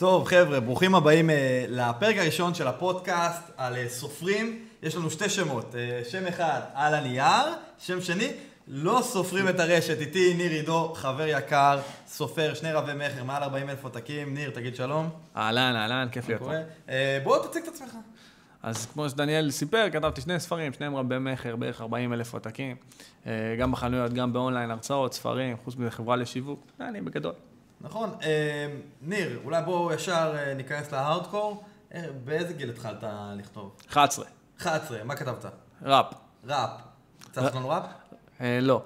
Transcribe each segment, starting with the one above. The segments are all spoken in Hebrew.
טוב, חבר'ה, ברוכים הבאים לפרק הראשון של הפודקאסט על סופרים. יש לנו שתי שמות, שם אחד על הנייר, שם שני לא סופרים את הרשת. איתי ניר עידו, חבר יקר, סופר, שני רבי מחר, מעל 40,000 עותקים. ניר, תגיד שלום. אהלן, כיף להיות פה. בוא תציג את עצמך. אז כמו שדניאל סיפר, כתבתי שני ספרים, שניהם רבי מחר, בערך 40,000 עותקים. גם בחנויות, גם באונליין, הרצאות, ספרים, חוץ מזה חברה לשיווק. אני בגדול. נכון. ניר, אולי בואו ישר ניכנס להארדקור. באיזה גיל התחלת לכתוב? 11. 11, מה כתבת? ראפ. ראפ. צריך לנו ראפ? לא.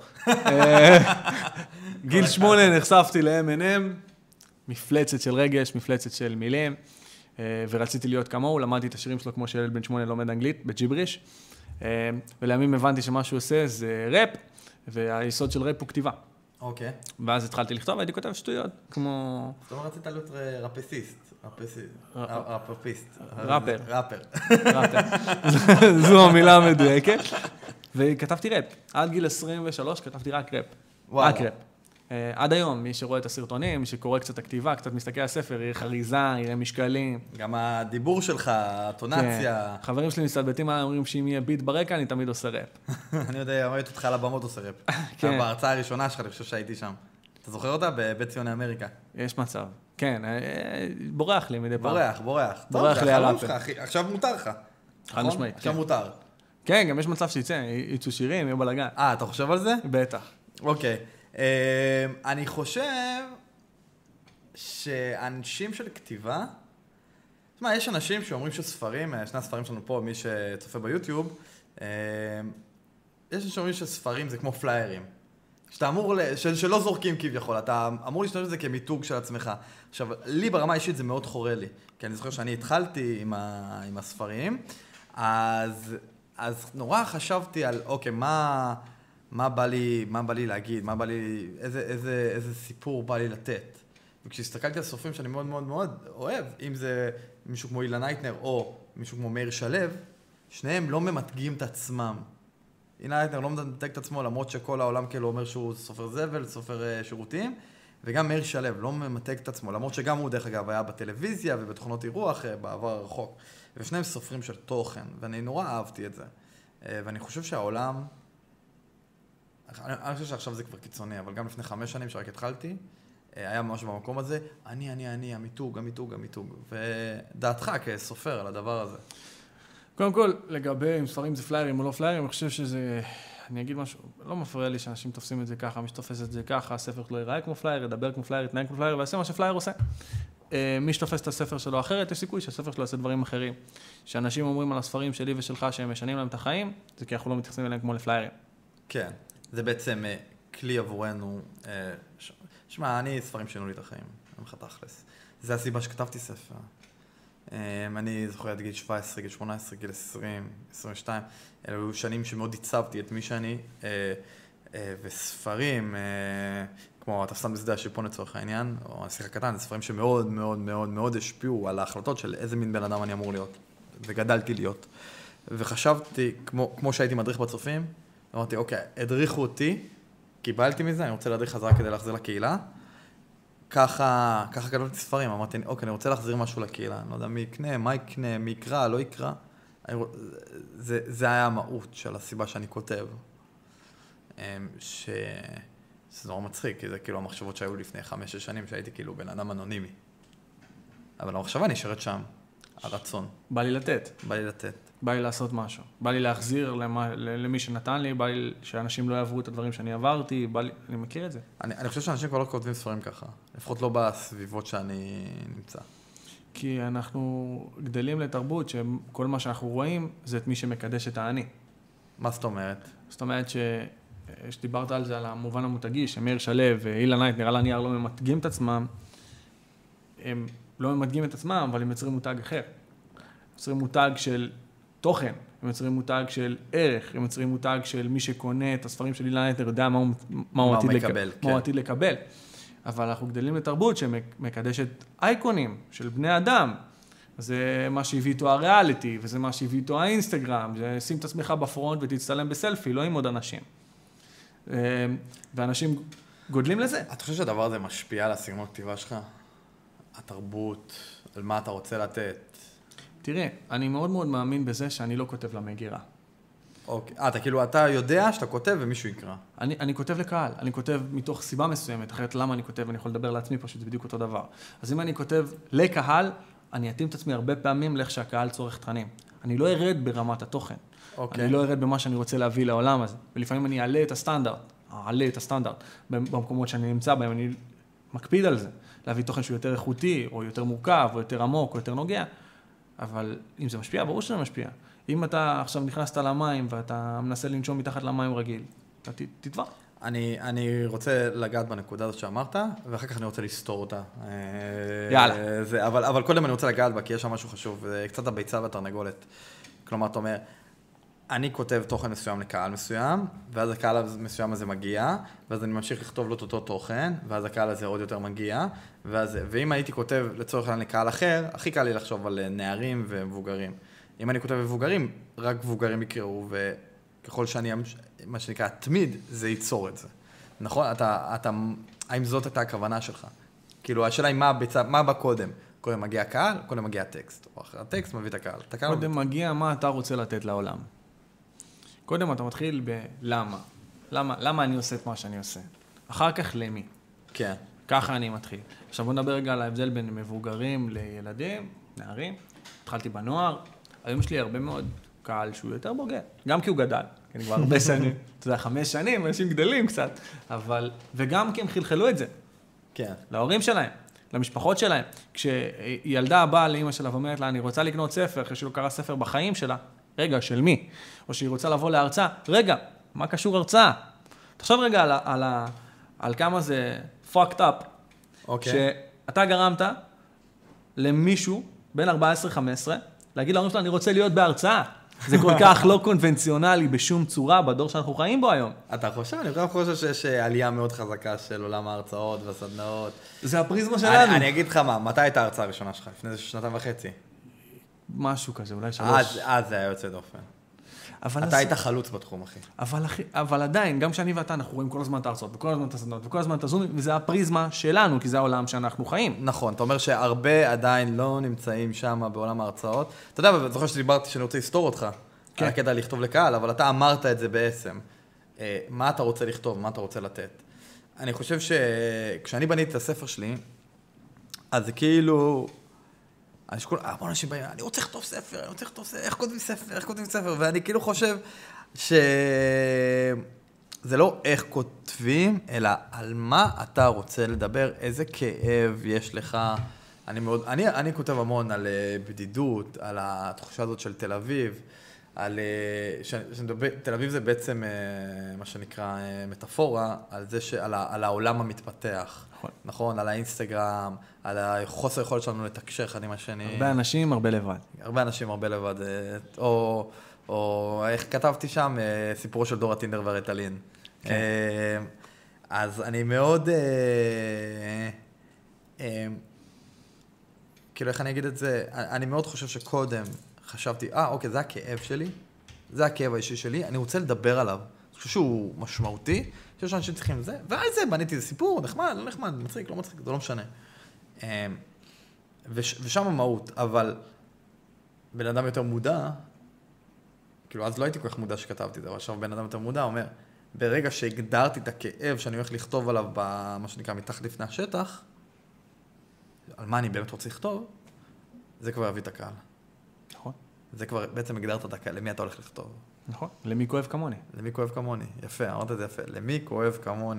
גיל 8 נחשפתי ל-M&M, מפלצת של רגש, מפלצת של מילים, ורציתי להיות כמוהו, למדתי את השירים שלו כמו שילד בן 8 לומד אנגלית, בג'יבריש, ולימים הבנתי שמה שהוא עושה זה ראפ, והיסוד של ראפ הוא כתיבה. אוקיי. ואז התחלתי לכתוב, והייתי כותב שטויות, כמו... זאת אומרת, רצית להיות רפסיסט. רפפיסט. ראפר. ראפר. זו המילה המדויקת. וכתבתי ראפ. עד גיל 23 כתבתי רק ראפ. רק ראפ. עד היום, מי שרואה את הסרטונים, מי שקורא קצת הכתיבה, קצת מסתכל על הספר, יראה חריזה, יראה משקלים. גם הדיבור שלך, הטונציה. חברים שלי מסתלבטים עליי, אומרים שאם יהיה ביט ברקע, אני תמיד עושה ראפ. אני יודע, ראיתי אותך על הבמות עושה ראפ. בהרצאה הראשונה שלך, אני חושב שהייתי שם. אתה זוכר אותה? בבית ציוני אמריקה. יש מצב. כן, בורח לי מדי פעם. בורח. בורח לי על ראפ. עכשיו מותר לך. חד משמעית. עכשיו מותר. כן, גם יש מצב שיצא, יצאו שירים, יהיו בלגן. אתה חושב על זה? בטח. אוקיי. אני חושב שאנשים של כתיבה, תשמע, יש אנשים שאומרים שספרים, שני הספרים שלנו פה, מי שצופה ביוטיוב, יש אנשים שאומרים שספרים זה כמו פליירים. שאתה אמור, שלא זורקים כביכול, אתה אמור להשתמש בזה כמיתוג של עצמך. עכשיו, לי ברמה האישית זה מאוד חורה לי, כי אני זוכר שאני התחלתי עם הספרים, אז נורא חשבתי על, אוקיי, מה בא לי להגיד, איזה סיפור בא לי לתת. וכשהסתכלתי על סופרים שאני מאוד מאוד מאוד אוהב, אם זה מישהו כמו אילן אייטנר או מישהו כמו מאיר שלו, שניהם לא ממתגים את עצמם. אילן אייטנר לא ממתג את עצמו, למרות שכל העולם כאילו אומר שהוא סופר זבל, סופר שירותים, וגם מאיר שלו לא ממתג את עצמו, למרות שגם הוא דרך אגב היה בטלוויזיה ובתוכנות אירוח בעבר הרחוק. ושניהם סופרים של תוכן, ואני נורא אהבתי את זה. ואני חושב שהעולם, אני חושב שעכשיו זה כבר קיצוני, אבל גם לפני 5 שנים שרק התחלתי, היה ממש במקום הזה, אני, המיתוג. ודעתך כסופר על הדבר הזה. קודם כל, לגבי אם ספרים זה פליירים או לא פליירים, אני חושב שזה, אני אגיד משהו, לא מפריע לי שאנשים תופסים את זה ככה, מי שתופס את זה ככה, הספר שלו ייראה כמו פלייר, ידבר כמו פלייר, יתנהג כמו פלייר, ויעשה מה שפלייר עושה. מי שתופס את הספר שלו אחרת, יש סיכוי שהספר שלו יעשה דברים אחרים. שאנשים אומרים על הספרים שלי ושלך שהם משנים להם את החיים, זה כי אנחנו לא מתייחסים אליהם כמו לפליירים. כן, זה בעצם כלי עבורנו. שמע, ספרים שינו לי את החיים, אני תכלס. זה הסיבה שכתבתי ספר. אני זוכר עד גיל 17, גיל 18, גיל 20, 22. אלה היו שנים שמאוד הצבתי את מי שאני, וספרים, כמו אתה שם בשדה השיפון לצורך העניין, או השיח הקטן, זה ספרים שמאוד מאוד מאוד מאוד השפיעו על ההחלטות של איזה מין בן אדם אני אמור להיות, וגדלתי להיות. וחשבתי, כמו שהייתי מדריך בצופים, אמרתי, אוקיי, הדריכו אותי, קיבלתי מזה, אני רוצה להדריך חזרה כדי להחזיר לקהילה. ככה כתבתי ספרים, אמרתי, אוקיי, אני רוצה להחזיר משהו לקהילה, אני לא יודע מי יקנה, מה יקנה, מי יקרא, לא יקרא. זה היה המהות של הסיבה שאני כותב. זה נורא מצחיק, כי זה כאילו המחשבות שהיו לפני 5-6 שנים, שהייתי כאילו בן אדם אנונימי. אבל המחשבה נשארת שם, הרצון. בא לי לתת. בא לי לעשות משהו. בא לי להחזיר למי שנתן לי, בא לי שאנשים לא יעברו את הדברים שאני עברתי, אני מכיר את זה. אני חושב שאנשים כבר לא כותבים ספרים ככה, לפחות לא בסביבות שאני נמצא. כי אנחנו גדלים לתרבות שכל מה שאנחנו רואים זה את מי שמקדש את האני. מה זאת אומרת? זאת אומרת שדיברת על זה, על המובן המותגי, שמאיר שלו ואילן אייטנר על הנייר לא ממתגים את עצמם, הם לא ממתגים את עצמם, אבל הם יוצרים מותג אחר. יוצרים מותג של תוכן, הם יוצרים מותג של ערך, הם יוצרים מותג של מי שקונה את הספרים של אילן אייטנר, יודע מה הוא עתיד לקבל. אבל אנחנו גדלים לתרבות שמקדשת אייקונים של בני אדם. זה מה שהביא איתו הריאליטי, וזה מה שהביא איתו האינסטגרם, שים את עצמך בפרונט ותצטלם בסלפי, לא עם עוד אנשים. ואנשים גודלים לזה. אתה חושב שהדבר הזה משפיע על הסגנון כתיבה שלך? התרבות, על מה אתה רוצה לתת. תראה, אני מאוד מאוד מאמין בזה שאני לא כותב למגירה. אוקיי. אתה כאילו, אתה יודע שאתה כותב ומישהו יקרא. אני כותב לקהל, אני כותב מתוך סיבה מסוימת, אחרת למה אני כותב, אני יכול לדבר לעצמי פשוט, זה בדיוק אותו דבר. אז אם אני כותב לקהל, אני אתאים את עצמי הרבה פעמים לאיך שהקהל צורך תכנים. אני לא ארד ברמת התוכן. אני לא ארד במה שאני רוצה להביא לעולם הזה. ולפעמים אני אעלה את הסטנדרט במקומות שאני נמצא בהם, אני מקפיד על זה. להביא תוכן שהוא יותר איכותי, או יותר מורכב, או יותר עמוק, או יותר נוגע. אבל אם זה משפיע, ברור שזה משפיע. אם אתה עכשיו נכנסת למים, ואתה מנסה לנשום מתחת למים רגיל, אתה תטבע. אני רוצה לגעת בנקודה הזאת שאמרת, ואחר כך אני רוצה לסתור אותה. יאללה. אבל קודם אני רוצה לגעת בה, כי יש שם משהו חשוב, זה קצת הביצה והתרנגולת. כלומר, אתה אומר, אני כותב תוכן מסוים לקהל מסוים, ואז הקהל המסוים הזה מגיע, ואז אני ממשיך לכתוב לו את אותו תוכן, ואז הקהל הזה עוד יותר מגיע, ואם הייתי כותב לצורך העניין לקהל אחר, הכי קל לי לחשוב על נערים ומבוגרים. אם אני כותב מבוגרים, רק מבוגרים יקראו, וככל שאני, מה שנקרא, תמיד, זה ייצור את זה. נכון? האם זאת הייתה הכוונה שלך? כאילו, השאלה היא מה בא קודם? קודם מגיע הקהל, קודם מגיע הטקסט, או אחרי הטקסט מביא את הקהל. קודם מגיע מה אתה רוצה לתת לעולם. קודם אתה מתחיל בלמה. למה אני עושה את מה שאני עושה? אחר כך למי. כן. ככה אני מתחיל. עכשיו בוא נדבר רגע על ההבדל בין מבוגרים לילדים, נערים. התחלתי בנוער, היום יש לי הרבה מאוד קהל שהוא יותר בוגר, גם כי הוא גדל, כי אני כבר הרבה שנים, אתה יודע, 5 שנים, אנשים גדלים קצת, אבל, וגם כי הם חלחלו את זה. כן. להורים שלהם, למשפחות שלהם. כשילדה באה לאמא שלה ואומרת לה, אני רוצה לקנות ספר, אחרי שלא קרא ספר בחיים שלה, רגע, של מי? או שהיא רוצה לבוא להרצאה, רגע, מה קשור הרצאה? תחשוב רגע על כמה זה fucked up. אוקיי. שאתה גרמת למישהו בין 14-15, להגיד להורים שלו, אני רוצה להיות בהרצאה. זה כל כך לא קונבנציונלי בשום צורה בדור שאנחנו חיים בו היום. אתה חושב? אני גם חושב שיש עלייה מאוד חזקה של עולם ההרצאות והסדנאות. זה הפריזמה שלנו. אני אגיד לך מה, מתי הייתה ההרצאה הראשונה שלך? לפני 2.5 שנים? משהו כזה, אולי 3. אז זה היה יוצא דופן. אתה היית חלוץ בתחום, אחי. אבל עדיין, גם שאני ואתה, אנחנו רואים כל הזמן את ההרצאות, וכל הזמן את הסדנאות, וכל הזמן את הזומים, וזה הפריזמה שלנו, כי זה העולם שאנחנו חיים. נכון, אתה אומר שהרבה עדיין לא נמצאים שם בעולם ההרצאות. אתה יודע, אני זוכר שדיברתי שאני רוצה לסתור אותך, על הקטע לכתוב לקהל, אבל אתה אמרת את זה בעצם. מה אתה רוצה לכתוב, מה אתה רוצה לתת. אני חושב שכשאני בניתי את הספר שלי, אז זה כאילו... המון אנשים באים, אני רוצה לכתוב ספר, איך כותבים ספר, ואני כאילו חושב שזה לא איך כותבים, אלא על מה אתה רוצה לדבר, איזה כאב יש לך. אני כותב המון על בדידות, על התחושה הזאת של תל אביב, תל אביב זה בעצם מה שנקרא מטאפורה, על העולם המתפתח, נכון? על האינסטגרם, על החוסר יכולת שלנו לתקשר אחד עם השני. הרבה אנשים, הרבה לבד. הרבה אנשים, הרבה לבד. או איך כתבתי שם, סיפורו של דור הטינדר והריטלין. אז אני מאוד, כאילו איך אני אגיד את זה, אני מאוד חושב שקודם חשבתי, אוקיי, זה הכאב שלי, זה הכאב האישי שלי, אני רוצה לדבר עליו. אני חושב שהוא משמעותי, שיש אנשים צריכים לזה, ועל זה בניתי איזה סיפור, נחמד, לא נחמד, מצחיק, לא מצחיק, זה לא משנה. ושם המהות, אבל בן אדם יותר מודע, כאילו אז לא הייתי כל כך מודע שכתבתי את זה, אבל עכשיו בן אדם יותר מודע אומר, ברגע שהגדרתי את הכאב שאני הולך לכתוב עליו, במה שנקרא מתחת לפני השטח, על מה אני באמת רוצה לכתוב, זה כבר יביא את הקהל. נכון. זה כבר בעצם הגדרת את הקהל, למי אתה הולך לכתוב. נכון, למי כואב כמוני. למי כואב כמוני, יפה, אמרת את זה יפה, למי כואב כמוני.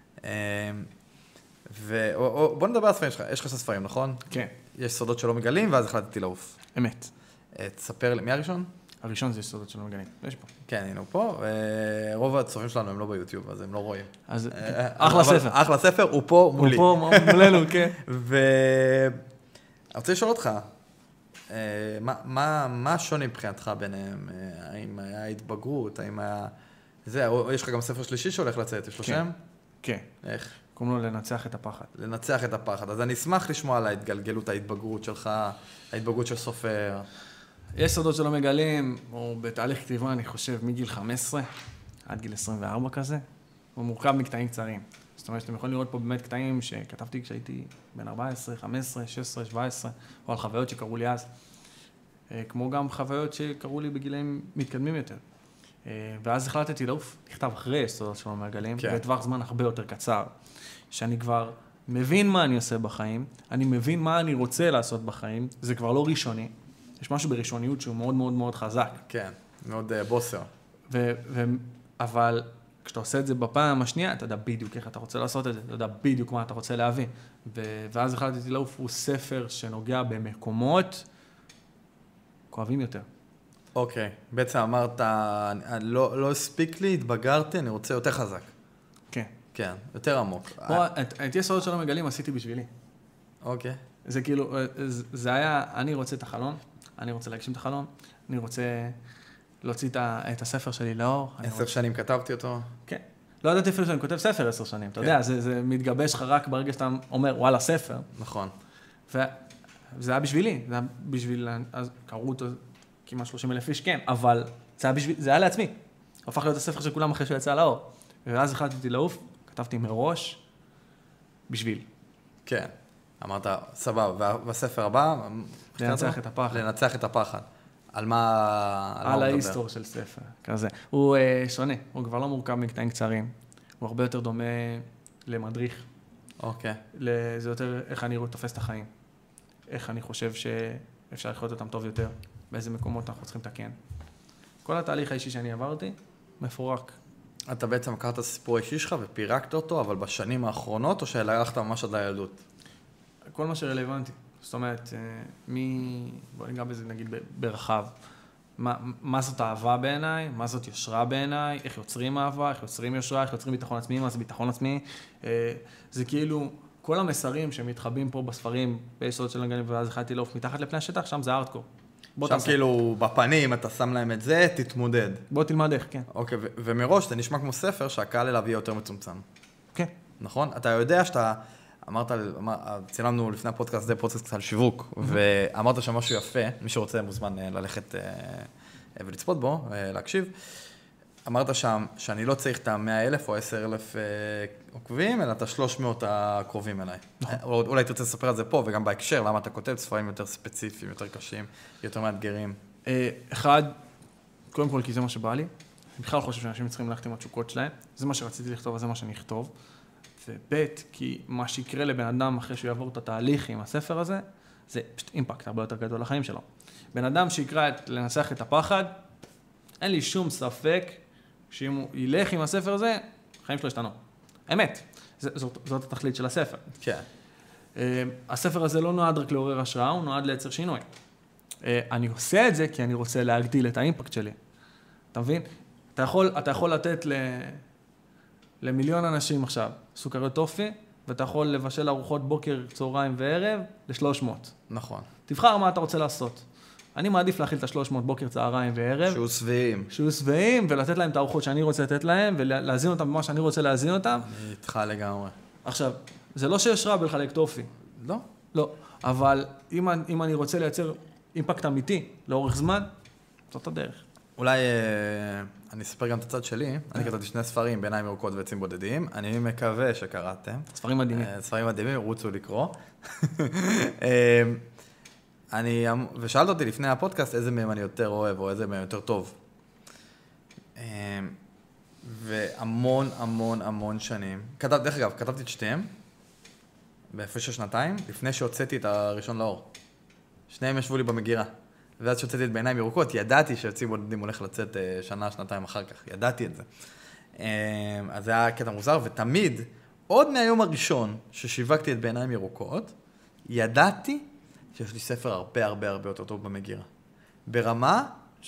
בוא נדבר על הספרים שלך, יש לך ספרים, נכון? כן. יש סודות שלא מגלים, ואז החלטתי לעוף. אמת. תספר לי, מי הראשון? הראשון זה סודות שלא מגלים, יש פה. כן, הנה הוא פה, רוב הצופים שלנו הם לא ביוטיוב, אז הם לא רואים. אז אחלה ספר. אחלה ספר, הוא פה מולי. הוא פה מולנו, כן. ואני רוצה לשאול אותך, מה השוני מבחינתך ביניהם? האם היה התבגרות? האם היה... יש לך גם ספר שלישי שהולך לצאת, יש לו שם? כן. איך? קוראים לו לנצח את הפחד. לנצח את הפחד. אז אני אשמח לשמוע על ההתגלגלות, ההתבגרות שלך, ההתבגרות של סופר. יש סודות שלא מגלים, הוא בתהליך כתיבה, אני חושב, מגיל 15 עד גיל 24 כזה. הוא מורכב מקטעים קצרים. זאת אומרת, אתם יכולים לראות פה באמת קטעים שכתבתי כשהייתי בן 14, 15, 16, 17, או על חוויות שקראו לי אז. כמו גם חוויות שקראו לי בגילאים מתקדמים יותר. ואז החלטתי לעוף, נכתב אחרי יסודות שלום מעגלים, בטווח זמן הרבה יותר קצר, שאני כבר מבין מה אני עושה בחיים, אני מבין מה אני רוצה לעשות בחיים, זה כבר לא ראשוני, יש משהו בראשוניות שהוא מאוד מאוד מאוד חזק. כן, מאוד בוסר. אבל כשאתה עושה את זה בפעם השנייה, אתה יודע בדיוק איך אתה רוצה לעשות את זה, אתה יודע בדיוק מה אתה רוצה להביא. ואז החלטתי לעוף, הוא ספר שנוגע במקומות כואבים יותר. אוקיי, בעצם אמרת, לא הספיק לי, התבגרתי, אני רוצה יותר חזק. כן. כן, יותר עמוק. פה, את יסודות שלום מעגלים עשיתי בשבילי. אוקיי. זה כאילו, זה היה, אני רוצה את החלום, אני רוצה להגשים את החלום, אני רוצה להוציא את הספר שלי לאור. 10 שנים כתבתי אותו. כן. לא ידעתי אפילו שאני כותב ספר 10 שנים, אתה יודע, זה מתגבש לך רק ברגע שאתה אומר, וואלה, ספר. נכון. וזה היה בשבילי, זה היה בשביל, אז קראו אותו כמעט 30,000 איש, כן, אבל זה היה לעצמי. הפך להיות הספר של כולם אחרי שהוא יצא לאור. ואז החלטתי לעוף, כתבתי מראש, בשביל. כן. אמרת, סבבה, והספר הבא? לנצח את הפחד. לנצח את הפחד. על מה הוא מדבר? על ההיסטור של ספר, כזה. הוא שונה, הוא כבר לא מורכב מקטעים קצרים. הוא הרבה יותר דומה למדריך. אוקיי. זה יותר איך אני תופס את החיים. איך אני חושב שאפשר לחיות אותם טוב יותר. באיזה מקומות אנחנו צריכים לתקן. כל התהליך האישי שאני עברתי, מפורק. אתה בעצם לקחת את הסיפור האישי שלך ופירקת אותו, אבל בשנים האחרונות, או שהלכת ממש עד לילדות? כל מה שרלוונטי. זאת אומרת, בוא ניגע בזה נגיד ברחב. מה זאת אהבה בעיניי? מה זאת יושרה בעיניי? איך יוצרים אהבה? איך יוצרים יושרה? איך יוצרים ביטחון עצמי? מה זה ביטחון עצמי? זה כאילו כל המסרים שמתחבאים פה בספרים, ביסודות של מעגלים, ואז החלטתי לעוף מתחת לפני השטח, שם זה הארדקור. שם כאילו בפנים אתה שם להם את זה, תתמודד. בוא תלמד איך, כן. אוקיי, ומראש זה נשמע כמו ספר שהקהל אליו יהיה יותר מצומצם. כן. נכון? אתה יודע שאתה, צילמנו לפני הפודקאסט, זה פודקאסט על שיווק, ואמרת שם משהו יפה, מי שרוצה מוזמן ללכת ולצפות בו, להקשיב. אמרת שם שאני לא צריך את ה-100,000 או 10,000 עוקבים, אלא את ה-300 הקרובים אליי. אולי תרצה לספר את זה פה, וגם בהקשר, למה אתה כותב ספרים יותר ספציפיים, יותר קשים, יותר מאתגרים. אחד, קודם כל כי זה מה שבא לי. אני בכלל חושב שאנשים צריכים ללכת עם התשוקות שלהם. זה מה שרציתי לכתוב, אז זה מה שאני אכתוב. וב' כי מה שיקרה לבן אדם אחרי שהוא יעבור את התהליך עם הספר הזה, זה פשוט אימפקט הרבה יותר גדול לחיים שלו. בן אדם שיקרא לנצח את הפחד, אין לי שום ספק שאם הוא ילך עם הספר הזה, החיים שלו ישתנו. אמת, זאת התכלית של הספר. כן. הספר הזה לא נועד רק לעורר השראה, הוא נועד לייצר שינוי. אני עושה את זה כי אני רוצה להגדיל את האימפקט שלי. אתה מבין? אתה יכול לתת למיליון אנשים עכשיו סוכריות טופי, ואתה יכול לבשל ארוחות בוקר, צהריים וערב ל-300. נכון. תבחר מה אתה רוצה לעשות. אני מעדיף להכיל את ה-300 בוקר, צהריים וערב. שיהיו שבעים, ולתת להם את הארוחות שאני רוצה לתת להם, ולהזין אותם במה שאני רוצה להזין אותם. אני איתך לגמרי. עכשיו, זה לא שיש רע בלחלק טופי. לא. לא. אבל אם אני רוצה לייצר אימפקט אמיתי לאורך זמן, זאת הדרך. אולי אני אספר גם את הצד שלי. אני כתבתי 2 ספרים, בעיניים ירוקות ועצים בודדים. אני מקווה שקראתם. ספרים מדהימים. ספרים מדהימים, רוצו לקרוא. ושאלת אותי לפני הפודקאסט איזה מהם אני יותר אוהב או איזה מהם יותר טוב. והמון המון המון שנים. דרך אגב, כתבתי את שתיהם בהפרש של 2 לפני שהוצאתי את הראשון לאור. שניהם ישבו לי במגירה. ואז שהוצאתי את בעיניים ירוקות, ידעתי שעצים בודדים הולך לצאת שנה, 2 אחר כך. ידעתי את זה. אז זה היה קטע מוזר, ותמיד, עוד מהיום הראשון ששיווקתי את בעיניים ירוקות, ידעתי שיש לי ספר הרבה הרבה הרבה יותר טוב במגירה. ברמה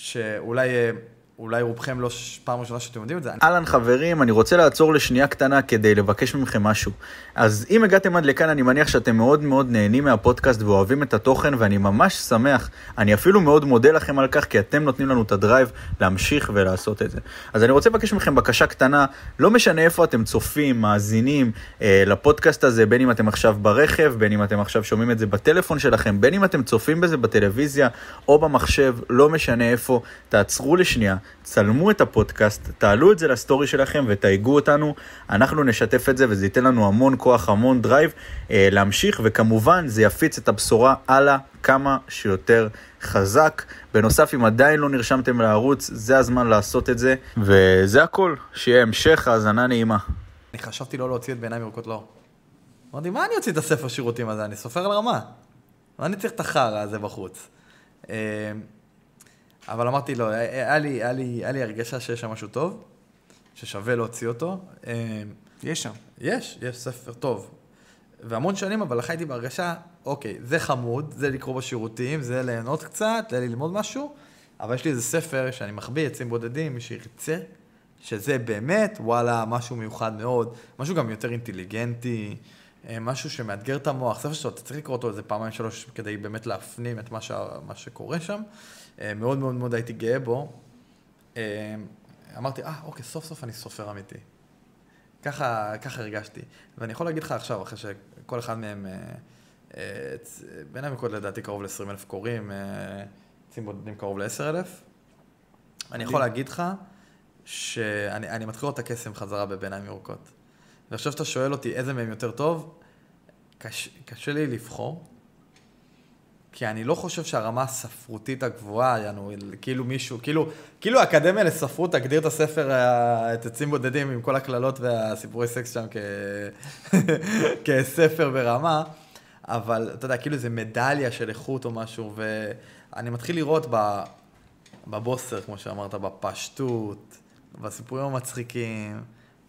שאולי רובכם לא פעם ראשונה שאתם יודעים את זה. אהלן חברים, אני רוצה לעצור לשנייה קטנה כדי לבקש מכם משהו. אז אם הגעתם עד לכאן, אני מניח שאתם מאוד מאוד נהנים מהפודקאסט ואוהבים את התוכן, ואני ממש שמח. אני אפילו מאוד מודה לכם על כך, כי אתם נותנים לנו את הדרייב להמשיך ולעשות את זה. אז אני רוצה לבקש מכם בקשה קטנה, לא משנה איפה אתם צופים, מאזינים לפודקאסט הזה, בין אם אתם עכשיו ברכב, בין אם אתם עכשיו שומעים את זה בטלפון שלכם, בין אם אתם צופים בזה בטלוויזיה או במחשב, לא משנה איפה, תעצרו לשנייה צלמו את הפודקאסט, תעלו את זה לסטורי שלכם ותייגו אותנו, אנחנו נשתף את זה וזה ייתן לנו המון כוח, המון דרייב להמשיך, וכמובן זה יפיץ את הבשורה הלאה כמה שיותר חזק. בנוסף, אם עדיין לא נרשמתם לערוץ, זה הזמן לעשות את זה, וזה הכל, שיהיה המשך האזנה נעימה. אני חשבתי לא להוציא את בעיניים ירוקות לאור. אמרתי, מה אני אוציא את הספר שירותים הזה? אני סופר על רמה. מה אני צריך את החרא הזה בחוץ? אבל אמרתי, לא, היה לי הרגשה שיש שם משהו טוב, ששווה להוציא אותו. יש שם. יש ספר טוב. והמון שנים, אבל חייתי בהרגשה, אוקיי, זה חמוד, זה לקרוא בשירותים, זה ליהנות קצת, זה ללמוד משהו, אבל יש לי איזה ספר שאני מחביא עצים בודדים, מי שירצה, שזה באמת, וואלה, משהו מיוחד מאוד, משהו גם יותר אינטליגנטי, משהו שמאתגר את המוח, ספר שאתה צריך לקרוא אותו איזה פעמיים שלוש, כדי באמת להפנים את מה שקורה שם. מאוד מאוד מאוד הייתי גאה בו. אמרתי, אוקיי, סוף סוף אני סופר אמיתי. ככה הרגשתי. ואני יכול להגיד לך עכשיו, אחרי שכל אחד מהם, בעיניים מקוד לדעתי קרוב ל-20,000 קוראים, עצים בודדים קרוב ל-10,000. אני יכול להגיד לך שאני מתחיל לראות את הקסם חזרה בבעיניים ירוקות. ועכשיו שאתה שואל אותי איזה מהם יותר טוב, קשה לי לבחור, כי אני לא חושב שהרמה הספרותית הגבוהה, כאילו מישהו, כאילו האקדמיה לספרות תגדיר את הספר, את עצים בודדים עם כל הכללות והסיפורי סקס שם כספר ברמה, אבל אתה יודע, כאילו זה מדליה של איכות או משהו, ואני מתחיל לראות בבוסר, כמו שאמרת, בפשטות, בסיפורים המצחיקים,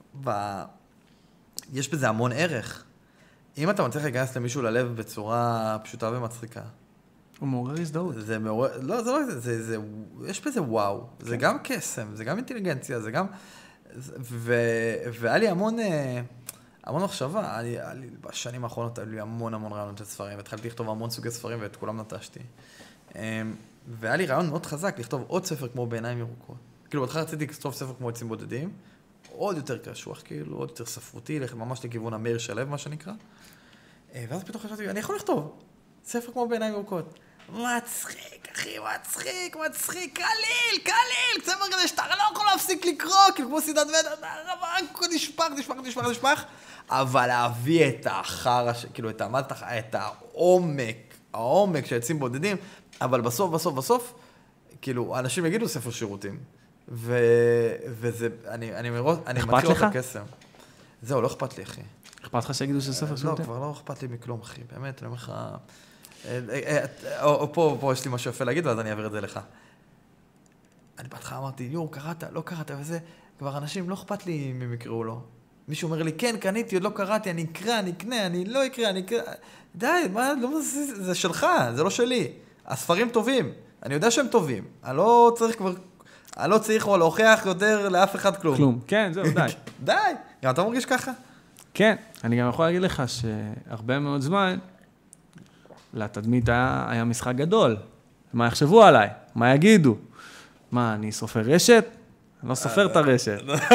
יש בזה המון ערך. אם אתה מצליח להיכנס למישהו ללב בצורה פשוטה ומצחיקה, הוא מעורר הזדהות. זה מעורר, לא, זה לא, יש בזה וואו. זה גם קסם, זה גם אינטליגנציה, זה גם, והיה לי המון מחשבה, בשנים האחרונות היו לי המון רעיונות של ספרים, והתחלתי לכתוב המון סוגי ספרים ואת כולם נטשתי. והיה לי רעיון מאוד חזק לכתוב עוד ספר כמו בעיניים ירוקות. כאילו, בתחילה רציתי לכתוב ספר כמו עצים בודדים, עוד יותר קשוח, כאילו, עוד יותר ספרותי, ממש לכיוון המאיר שלו, מה שנקרא. ואז פתאום חשבתי, אני יכול לכתוב ספר כמו בעיניים ירוקות. מצחיק, אחי, מצחיק, קליל, ספר כזה שאתה לא יכול להפסיק לקרוא, כאילו כמו סדרת נשפך, אבל להביא את האחר, כאילו את העומק של עצים בודדים, אבל בסוף, כאילו, אנשים יגידו ספר שירותים, וזה, אני מתחיל לו את הקסם. זהו, לא אכפת לי, אחי. אכפת לך שיגידו שזה ספר שירותים? לא, כבר לא אכפת לי מכלום, אחי, באמת, אני אומר לך... פה יש לי משהו יפה להגיד, ואז אני אעביר את זה לך. אני בהתחלה אמרתי, קראת, לא קראת, וזה, כבר אנשים לא אכפת לי אם הם יקראו לו. מישהו אומר לי, כן, קניתי, עוד לא קראתי, אני אקרא, אני אקנה, אני לא אקרא, אני אקרא. די, זה שלך, זה לא שלי. הספרים טובים, אני יודע שהם טובים. אני לא צריך להוכיח יותר לאף אחד כלום. כלום, כן, זהו, די. די, גם אתה מרגיש ככה? כן, אני גם יכול להגיד לך שהרבה מאוד זמן, לתדמית היה משחק גדול. מה יחשבו עליי? מה יגידו? מה, אני סופר רשת? אני לא סופר את הרשת.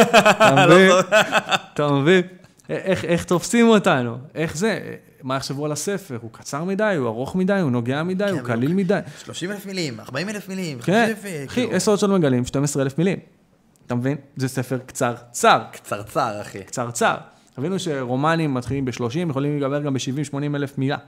אתה מבין? איך תופסים אותנו? איך זה? מה יחשבו על הספר? הוא קצר מדי? הוא ארוך מדי? הוא נוגע מדי? הוא קליל מדי? 30,000 מילים, 40,000 מילים. כן, אחי, 10 עוד שלנו מגלים, 12,000 מילים. אתה מבין? זה ספר קצרצר. קצרצר, אחי. קצרצר. הבינו שרומנים מתחילים ב-30, יכולים להיגבר גם ב-70-80 אלף מילה.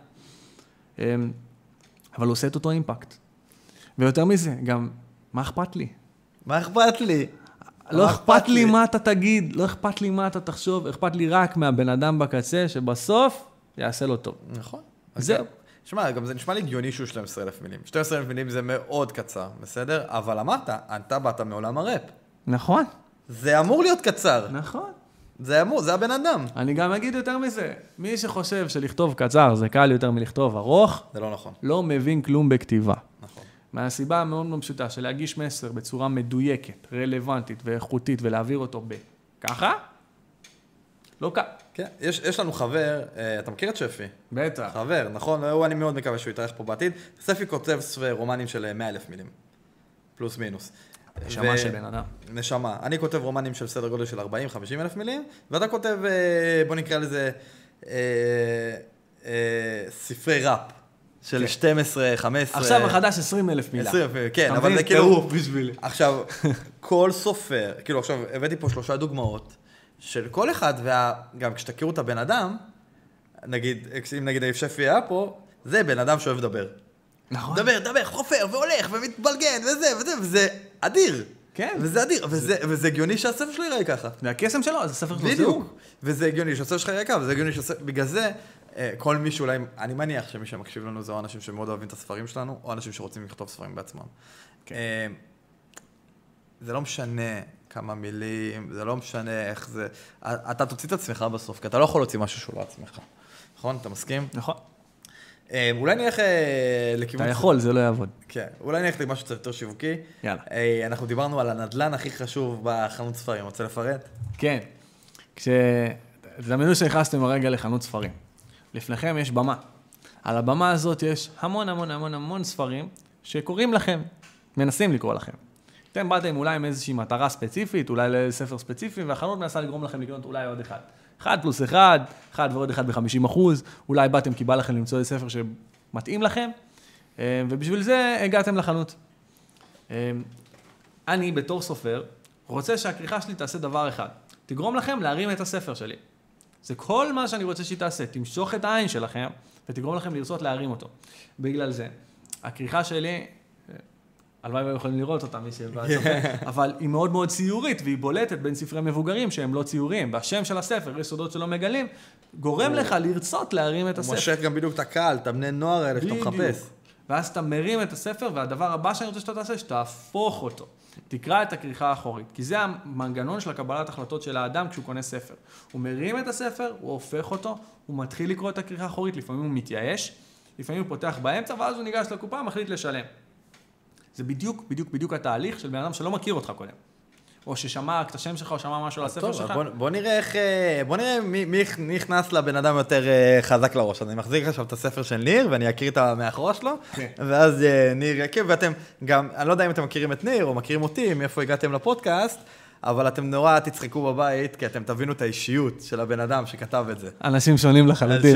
אבל הוא עושה את אותו אימפקט. ויותר מזה, גם, מה אכפת לי? מה אכפת לי? לא אכפת לי מה אתה תגיד, לא אכפת לי מה אתה תחשוב, אכפת לי רק מהבן אדם בקצה, שבסוף יעשה לו טוב. נכון. זהו. שמע, גם זה נשמע לי הגיוני שהוא 12,000 מילים. 12,000 מילים זה מאוד קצר, בסדר? אבל אמרת, אתה באת מעולם הראפ. נכון. זה אמור להיות קצר. נכון. זה הבן אדם. אני גם אגיד יותר מזה, מי שחושב שלכתוב קצר זה קל יותר מלכתוב ארוך, זה לא נכון. לא מבין כלום בכתיבה. נכון. מהסיבה המאוד מאוד פשוטה של להגיש מסר בצורה מדויקת, רלוונטית ואיכותית ולהעביר אותו ככה, לא קל. כן, יש לנו חבר, אתה מכיר את שפי? בטח. חבר, נכון? אני מאוד מקווה שהוא יתארח פה בעתיד. שפי כותב רומנים של 100,000 מילים. פלוס מינוס. נשמה של בן אדם. נשמה. אני כותב רומנים של סדר גודל של 40-50 אלף מילים, ואתה כותב, בוא נקרא לזה, ספרי ראפ. של 12, 15... עכשיו החדש 20,000 מילה. 20, כן, אבל זה כאילו... טירוף בשבילי. עכשיו, כל סופר, כאילו עכשיו הבאתי פה 3 דוגמאות של כל אחד, וגם כשתכירו את הבן אדם, נגיד, אם נגיד היף שפי היה פה, זה בן אדם שאוהב לדבר. נכון. דבר, חופר, והולך, ומתבלגן, וזה אדיר. כן. וזה אדיר, וזה הגיוני שהספר שלו יראה ככה. זה הקסם שלו, אז הספר שלו בדיוק. וזה הגיוני שהספר שלך יראה ככה, וזה הגיוני שהספר... בגלל זה, כל מי שאולי... אני מניח שמי שמקשיב לנו זה או אנשים שמאוד אוהבים את הספרים שלנו, או אנשים שרוצים לכתוב ספרים בעצמם. זה לא משנה כמה מילים, זה לא משנה איך זה... אתה תוציא את עצמך בסוף, כי אתה לא יכול להוציא משהו שהוא לא עצמך. נכון? אתה מסכים? נכון. אולי נלך לכיוון... אתה יכול, זה לא יעבוד. כן, אולי נלך למשהו קצת יותר שיווקי. יאללה. אנחנו דיברנו על הנדלן הכי חשוב בחנות ספרים, רוצה לפרט? כן. תדמיינו שנכנסתם הרגע לחנות ספרים. לפניכם יש במה. על הבמה הזאת יש המון ספרים שקוראים לכם, מנסים לקרוא לכם. אתם באתם אולי עם איזושהי מטרה ספציפית, אולי לספר ספציפי, והחנות מנסה לגרום לכם לקנות אולי עוד אחד. 1 + 1, 1 ועוד 1 ב-50%, אולי באתם כי בא לכם למצוא איזה ספר שמתאים לכם, ובשביל זה הגעתם לחנות. אני בתור סופר רוצה שהכריכה שלי תעשה דבר אחד, תגרום לכם להרים את הספר שלי. זה כל מה שאני רוצה שהיא תעשה, תמשוך את העין שלכם ותגרום לכם לרצות להרים אותו. בגלל זה, הכריכה שלי, הלוואי והיו יכולים לראות אותה מי שבא לספר, אבל היא מאוד מאוד ציורית, והיא בולטת בין ספרי מבוגרים שהם לא ציוריים, והשם של הספר, יש סודות שלא מגלים, גורם לך לרצות להרים את הספר. הוא מושך גם בדיוק את הקהל, את הבני נוער האלה שאתה מחפש. ואז אתה מרים את הספר, והדבר הבא שאני רוצה שאתה תעשה, שתהפוך אותו. תקרא את הכריכה האחורית, כי זה המנגנון של הקבלת החלטות של האדם כשהוא קונה ספר. הוא מרים את הספר, הוא הופך אותו, הוא מתחיל לקרוא את הכריכה האחורית, לפעמים הוא מתייאש, לפעמים הוא פותח באמצע, ואז הוא ניגש לקופה, מחליט לשלם. זה בדיוק התהליך של בן אדם שלא מכיר אותך קודם. או ששמע את השם שלך, או שמע משהו על הספר שלך. בוא נראה מי נכנס לבן אדם יותר חזק לראש. אני מחזיק עכשיו את הספר של ניר, ואני אקריא את המאחורה שלו, ואז ניר יקר, ואתם גם, אני לא יודע אם אתם מכירים את ניר, או מכירים אותי, מאיפה הגעתם לפודקאסט, אבל אתם נורא תצחקו בבית, כי אתם תבינו את האישיות של הבן אדם שכתב את זה. אנשים שונים לחלוטין.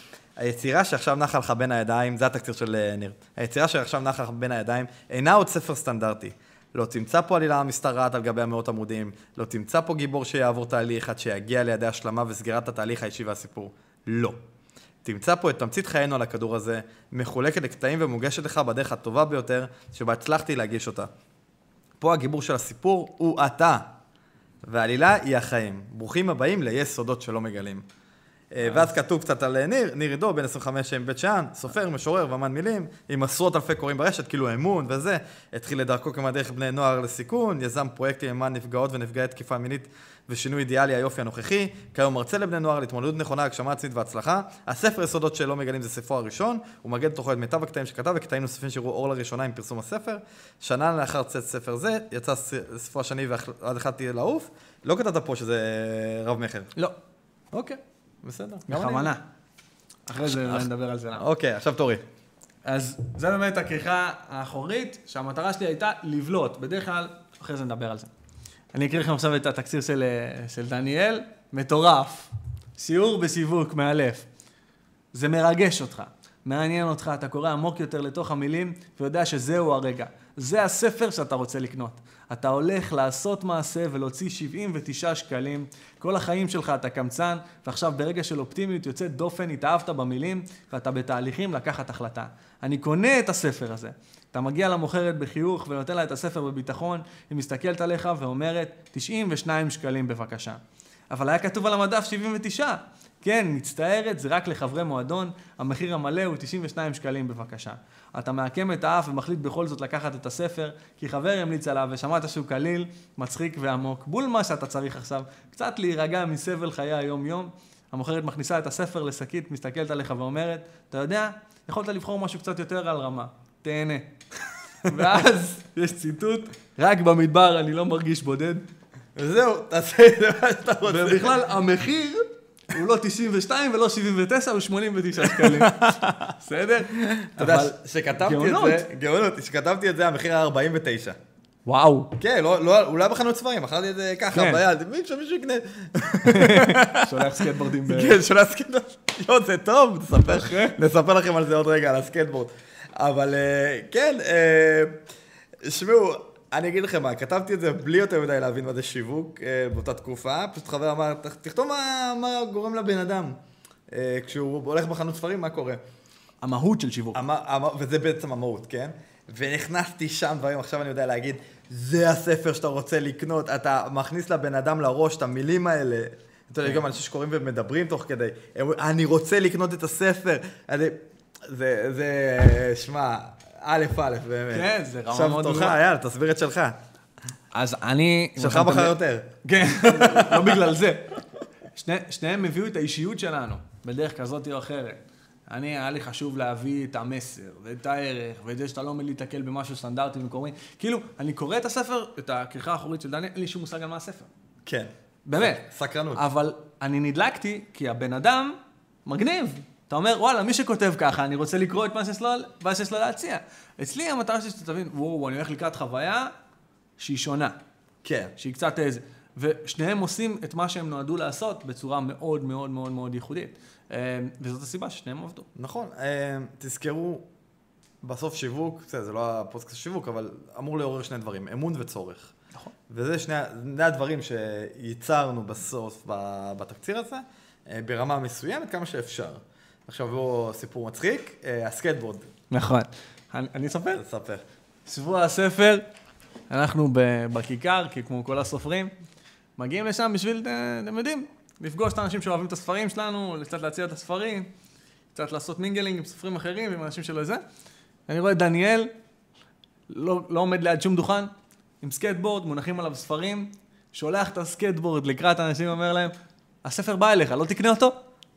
היצירה שעכשיו נחה לך בין הידיים, זה התקציר של ניר. היצירה שעכשיו נחה לך בין הידיים, אינה עוד ספר סטנדרטי. לא תמצא פה עלילה משתרעת על גבי 100 עמודים, לא תמצא פה גיבור שיעבור תהליך עד שיגיע לידי השלמה וסגירת התהליך האישי והסיפור. לא. תמצא פה את תמצית חיינו על הכדור הזה, מחולקת לקטעים ומוגשת לך בדרך הטובה ביותר, שבה הצלחתי להגיש אותה. פה הגיבור של הסיפור הוא אתה, והעלילה היא החיים. ברוכים הבאים ליש סודות שלא מגלים. ואז כתוב קצת על ניר עידו, בן 25 עם בית שאן, סופר, משורר ואמן מילים, עם עשרות אלפי קוראים ברשת, כאילו אמון וזה, התחיל לדרכו כמדריך בני נוער לסיכון, יזם פרויקטים למען נפגעות ונפגעי תקיפה מינית ושינוי אידיאלי היופי הנוכחי, כיום מרצה לבני נוער להתמודדות נכונה, הגשמה עצמית והצלחה. הספר יסודות שלא מגלים זה ספרו הראשון, הוא מאגד תוכו את מיטב הקטעים שכתב וקטעים נוספים שראו אור לראשונה עם פרסום הספר. שנה לאחר צאת ספר זה, יצא ספרו השני ועד אחד תהיה לעוף. לא כתבת פה שזה רב מחר. לא. אוקיי. בסדר. בכוונה. אחרי זה נדבר על זה. אוקיי, עכשיו תורי. אז זה באמת הכריכה האחורית, שהמטרה שלי הייתה לבלוט. בדרך כלל, אחרי זה נדבר על זה. אני אקריא לכם עכשיו את התקציר של דניאל. מטורף. שיעור בשיווק מאלף. זה מרגש אותך. מעניין אותך, אתה קורא עמוק יותר לתוך המילים, ויודע שזהו הרגע. זה הספר שאתה רוצה לקנות. אתה הולך לעשות מעשה ולהוציא 79 שקלים. כל החיים שלך אתה קמצן, ועכשיו ברגע של אופטימיות יוצאת דופן, התאהבת במילים, ואתה בתהליכים לקחת החלטה. אני קונה את הספר הזה. אתה מגיע למוכרת בחיוך ונותן לה את הספר בביטחון, היא מסתכלת עליך ואומרת, 92 שקלים בבקשה. אבל היה כתוב על המדף 79. כן, מצטערת, זה רק לחברי מועדון, המחיר המלא הוא 92 שקלים בבקשה. אתה מעקם את האף ומחליט בכל זאת לקחת את הספר, כי חבר המליץ עליו ושמעת שהוא קליל, מצחיק ועמוק. בול מה שאתה צריך עכשיו, קצת להירגע מסבל חיי היום-יום. המוכרת מכניסה את הספר לשקית, מסתכלת עליך ואומרת, אתה יודע, יכולת לבחור משהו קצת יותר על רמה, תהנה. ואז יש ציטוט, רק במדבר אני לא מרגיש בודד. וזהו, תעשה את זה מה שאתה רוצה. ובכלל המחיר הוא לא 92 ולא 79, הוא 89 שקלים. בסדר? אתה יודע, שכתבתי את זה, גאונות, שכתבתי את זה, המחיר היה 49. וואו. כן, אולי בחנות ספרים, אחרתי את זה ככה, ביד, מישהו יקנה. שולח סקטבורדים. כן, שולח סקטבורדים. לא, זה טוב, נספר לכם על זה עוד רגע, על הסקייטבורד. אבל כן, שמעו, אני אגיד לכם מה, כתבתי את זה בלי יותר מדי להבין מה זה שיווק באותה תקופה, פשוט חבר אמר, תכתוב מה גורם לבן אדם. כשהוא הולך בחנות ספרים, מה קורה? המהות של שיווק. וזה בעצם המהות, כן? ונכנסתי שם דברים, עכשיו אני יודע להגיד, זה הספר שאתה רוצה לקנות, אתה מכניס לבן אדם לראש את המילים האלה. אתה יודע, גם אנשים שקוראים ומדברים תוך כדי, אני רוצה לקנות את הספר. זה, שמע, א', באמת. כן, זה רמה מאוד עכשיו תורך, יאללה, תסביר את שלך. אז אני... שלך בחר יותר. כן, לא בגלל זה. שניהם הביאו את האישיות שלנו, בדרך כזאת או אחרת. היה לי חשוב להביא את המסר, ואת הערך, ואת זה שאתה לא עומד להתקל במשהו סטנדרטי וקוראים. כאילו, אני קורא את הספר, את הכריכה האחורית של דניאל, אין לי שום מושג על מה הספר. כן. באמת. סקרנות. אבל אני נדלקתי, כי הבן אדם מגניב. אתה אומר, וואלה, מי שכותב ככה, אני רוצה לקרוא את מה שיש לו להציע. אצלי המטרה שלי שאתה תבין, וואו, אני הולך לקראת חוויה שהיא שונה. כן. שהיא קצת איזה. ושניהם עושים את מה שהם נועדו לעשות בצורה מאוד מאוד מאוד מאוד ייחודית. וזאת הסיבה ששניהם עבדו. נכון. תזכרו, בסוף שיווק, זה לא הפודקאסט שיווק, אבל אמור לעורר שני דברים, אמון וצורך. נכון. וזה שני הדברים שייצרנו בסוף בתקציר הזה, ברמה מסוימת, כמה שאפשר. עכשיו הוא סיפור מצחיק, הסקייטבורד. נכון. אני אספר? תספר. שבוע הספר, אנחנו בכיכר, כי כמו כל הסופרים, מגיעים לשם בשביל, אתם יודעים, לפגוש את האנשים שאוהבים את הספרים שלנו, קצת להציע את הספרים, קצת לעשות מינגלינג עם סופרים אחרים, עם אנשים שלו זה. אני רואה את דניאל, לא עומד ליד שום דוכן, עם סקייטבורד, מונחים עליו ספרים, שולח את הסקייטבורד לקראת האנשים, אומר להם, הספר בא אליך, לא תקנה אותו?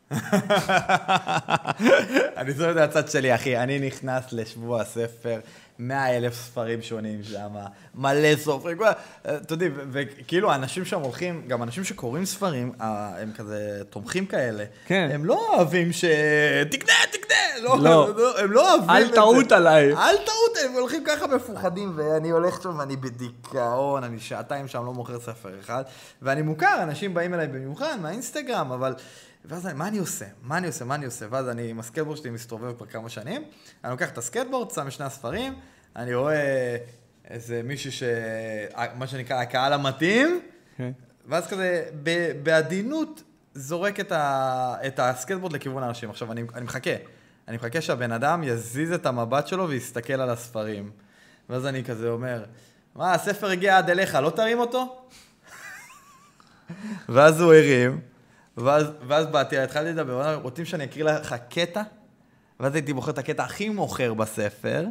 אני זוכר את הצד שלי, אחי, אני נכנס לשבוע הספר, 100,000 ספרים שונים שם, מלא סופרים, אתה יודע, וכאילו האנשים שם הולכים, גם אנשים שקוראים ספרים, הם כזה תומכים כאלה, הם לא אוהבים תקנה, הם לא אוהבים את זה. אל טעות עליי. אל טעות, הם הולכים ככה מפוחדים, ואני הולך שם ואני בדיכאון, אני שעתיים שם לא מוכר ספר אחד, ואני מוכר, אנשים באים אליי במיוחד מהאינסטגרם, אבל... ואז מה אני עושה? ואז אני עם הסקייטבורד שלי מסתובב כבר כמה שנים, אני לוקח את הסקייטבורד, שם שני הספרים, אני רואה איזה מישהו מה שנקרא הקהל המתאים, ואז כזה בעדינות זורק את הסקייטבורד לכיוון האנשים. עכשיו אני מחכה שהבן אדם יזיז את המבט שלו ויסתכל על הספרים. ואז אני כזה אומר, מה, הספר הגיע עד אליך, לא תרים אותו? ואז הוא הרים. ואז באתי, התחלתי לדבר, רוצים שאני אקריא לך קטע? ואז הייתי בוחר את הקטע הכי מוכר בספר,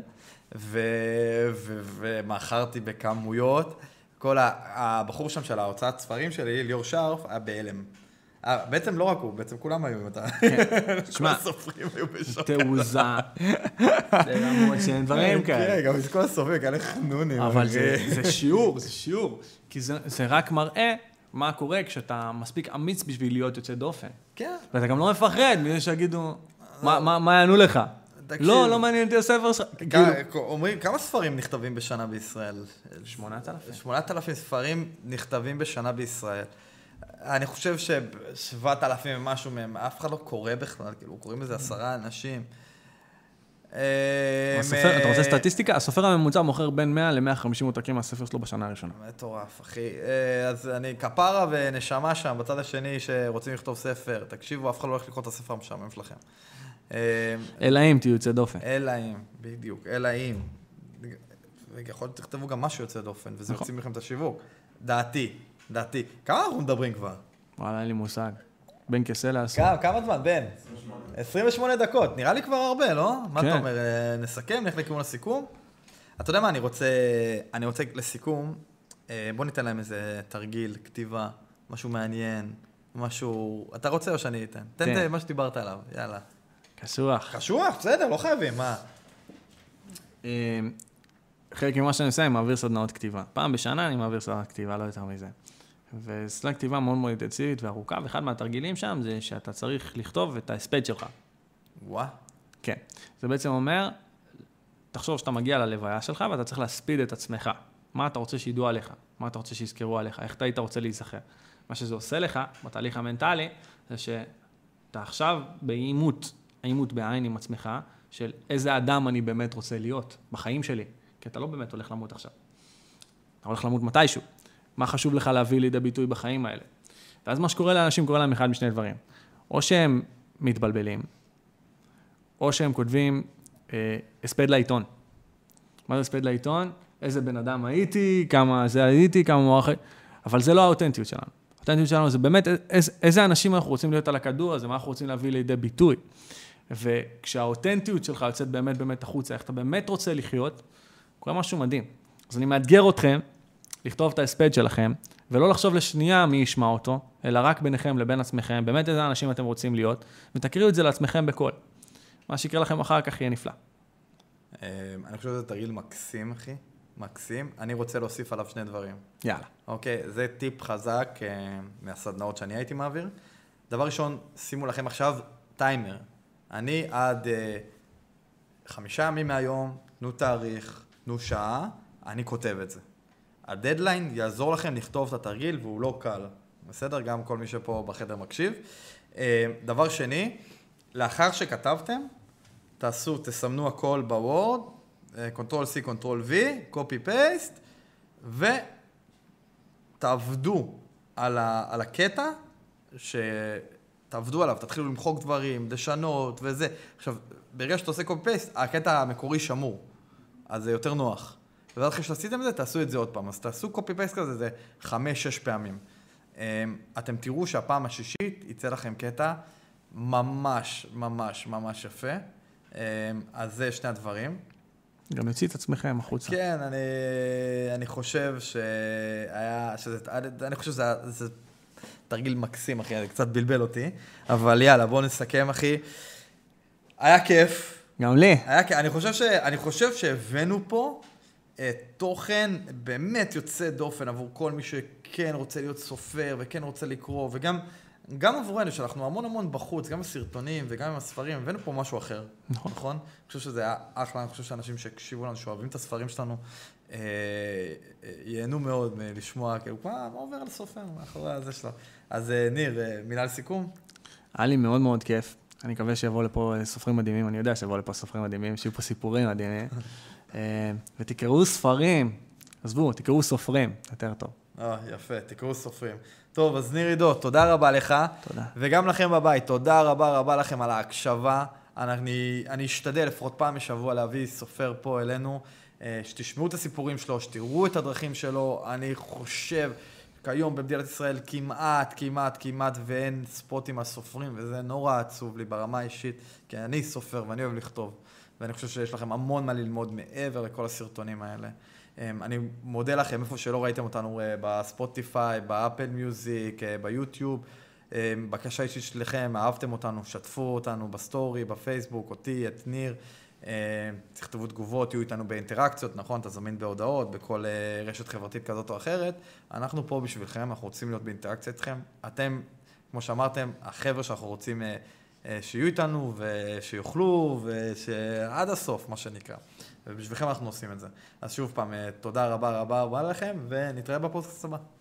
ומאחרתי בכמויות. כל הבחור שם של ההוצאת ספרים שלי, ליאור שרף, היה בהלם. בעצם לא רק הוא, בעצם כולם היו, כל הסופרים היו בשוק. תעוזה. זה רמות שאין דברים כאלה. כן, גם כל הסופרים, כאלה חנונים. אבל זה שיעור, כי זה רק מראה מה קורה כשאתה מספיק אמיץ בשביל להיות יוצא דופן. כן. ואתה גם לא מפחד, מי שיגידו, מה יענו לך? לא מעניין אותי הספר שלך. אומרים, כמה ספרים נכתבים בשנה בישראל? 8,000. 8,000 ספרים נכתבים בשנה בישראל. אני חושב ש7,000 ומשהו מהם, אף אחד לא קורא בכלל, כאילו, קוראים לזה 10 אנשים. אתה רוצה סטטיסטיקה? הסופר הממוצע מוכר בין 100 ל-150 עותקים מהספר שלו בשנה הראשונה. מטורף, אחי. אז אני כפרה ונשמה שם, בצד השני שרוצים לכתוב ספר. תקשיבו, אף אחד לא הולך לקרוא את הספר המשעמם שלכם. אלא אם תהיו יוצא דופן. אלא אם, בדיוק, אלא אם. יכול להיות שתכתבו גם משהו יוצא דופן, וזה יוצאים לכם את השיווק. דעתי. כמה אנחנו מדברים כבר? וואלה, אין לי מושג. בין כסה לעשור. כמה זמן, בן? 28 דקות. נראה לי כבר הרבה, לא? מה אתה אומר? נסכם, נלך לכיוון לסיכום? אתה יודע מה, אני רוצה לסיכום, בוא ניתן להם איזה תרגיל, כתיבה, משהו מעניין, משהו... אתה רוצה או שאני אתן? תן מה שדיברת עליו, יאללה. קשוח, בסדר, לא חייבים, מה? חלק ממה שאני עושה, אני מעביר סדנאות כתיבה. פעם בשנה אני מעביר סדנאות כתיבה, לא יותר מזה. וסדנה כתיבה מאוד מאוד אינטנסיבית וארוכה, ואחד מהתרגילים שם זה שאתה צריך לכתוב את ההספד שלך. וואה. כן. זה בעצם אומר, תחשוב שאתה מגיע ללוויה שלך ואתה צריך להספיד את עצמך. מה אתה רוצה שידעו עליך? מה אתה רוצה שיזכרו עליך? איך אתה היית רוצה להיזכר? מה שזה עושה לך, בתהליך המנטלי, זה אתה עכשיו בעימות בעין עם עצמך, של איזה אדם אני באמת רוצה להיות בחיים שלי, כי אתה לא באמת הולך למות עכשיו. אתה הולך למות מתישהו. מה חשוב לך להביא לידי ביטוי בחיים האלה? ואז מה שקורה לאנשים, קורה להם אחד משני דברים. או שהם מתבלבלים, או שהם כותבים הספד לעיתון. מה זה הספד לעיתון? איזה בן אדם הייתי, כמה זה הייתי, כמה מוח... אבל זה לא האותנטיות שלנו. האותנטיות שלנו זה באמת איזה אנשים אנחנו רוצים להיות על הכדור הזה, מה אנחנו רוצים להביא לידי ביטוי. וכשהאותנטיות שלך יוצאת באמת החוצה, איך אתה באמת רוצה לחיות, קורה משהו מדהים. אז אני מאתגר אתכם לכתוב את ההספד שלכם, ולא לחשוב לשנייה מי ישמע אותו, אלא רק ביניכם לבין עצמכם, באמת איזה אנשים אתם רוצים להיות, ותקריאו את זה לעצמכם בקול. מה שיקרה לכם אחר כך יהיה נפלא. אני חושב שזה תרגיל מקסים, אחי. מקסים. אני רוצה להוסיף עליו שני דברים. יאללה. אוקיי, זה טיפ חזק מהסדנאות שאני הייתי מעביר. דבר ראשון, שימו לכם עכשיו טיימר. אני עד 5 ימים מהיום, תנו תאריך, תנו שעה, אני כותב את זה. הדדליין יעזור לכם לכתוב את התרגיל, והוא לא קל. בסדר? גם כל מי שפה בחדר מקשיב. דבר שני, לאחר שכתבתם, תסמנו הכל בוורד, Ctrl-C, Ctrl-V, Copy-Paste, ותעבדו על הקטע, שתעבדו עליו, תתחילו למחוק דברים, לשנות וזה. עכשיו, ברגע שאתה עושה Copy-Paste, הקטע המקורי שמור, אז זה יותר נוח. ועד אחרי שעשיתם את זה, תעשו את זה עוד פעם. אז תעשו Copy-Paste כזה, זה 5-6 פעמים. אתם תראו שהפעם השישית יצא לכם קטע ממש יפה. אז זה שני הדברים. גם יוציא את עצמכם החוצה. כן, אני חושב שזה תרגיל מקסים, אחי, זה קצת בלבל אותי, אבל יאללה, בואו נסכם, אחי. היה כיף. גם לי. אני חושב שהבאנו פה תוכן באמת יוצא דופן עבור כל מי שכן רוצה להיות סופר וכן רוצה לקרוא, וגם עבורנו, שאנחנו המון בחוץ, גם בסרטונים וגם עם הספרים, הבאנו פה משהו אחר, נכון? אני חושב שזה היה אחלה, אני חושב שאנשים שהקשיבו לנו, שאוהבים את הספרים שלנו, ייהנו מאוד לשמוע, כאילו, מה עובר על סופר מאחורי הזה שלו. אז ניר, מילה לסיכום? היה לי מאוד כיף. אני מקווה שיבואו לפה סופרים מדהימים, אני יודע שיבואו לפה סופרים מדהימים, שיהיו פה סיפורים מדהימים. ותקראו ספרים, עזבו, תקראו סופרים, יותר טוב. יפה, תקראו סופרים. טוב, אז ניר עידו, תודה רבה לך. תודה. וגם לכם בבית, תודה רבה לכם על ההקשבה. אני אשתדל לפחות פעם בשבוע להביא סופר פה אלינו, שתשמעו את הסיפורים שלו, שתראו את הדרכים שלו. אני חושב, כיום במדינת ישראל כמעט ואין ספוטים על סופרים, וזה נורא עצוב לי ברמה האישית, כי אני סופר ואני אוהב לכתוב. ואני חושב שיש לכם המון מה ללמוד מעבר לכל הסרטונים האלה. אני מודה לכם איפה שלא ראיתם אותנו בספוטיפיי, באפל מיוזיק, ביוטיוב. בקשה אישית שלכם, אהבתם אותנו, שתפו אותנו בסטורי, בפייסבוק, אותי, את ניר. תכתבו תגובות, יהיו איתנו באינטראקציות, נכון? תזמין בהודעות, בכל רשת חברתית כזאת או אחרת. אנחנו פה בשבילכם, אנחנו רוצים להיות באינטראקציה איתכם. אתם, כמו שאמרתם, החבר'ה שאנחנו רוצים שיהיו איתנו ושיוכלו ושעד הסוף, מה שנקרא. ובשבילכם אנחנו עושים את זה. אז שוב פעם, תודה רבה לכם, ונתראה בפודקאסט הבא.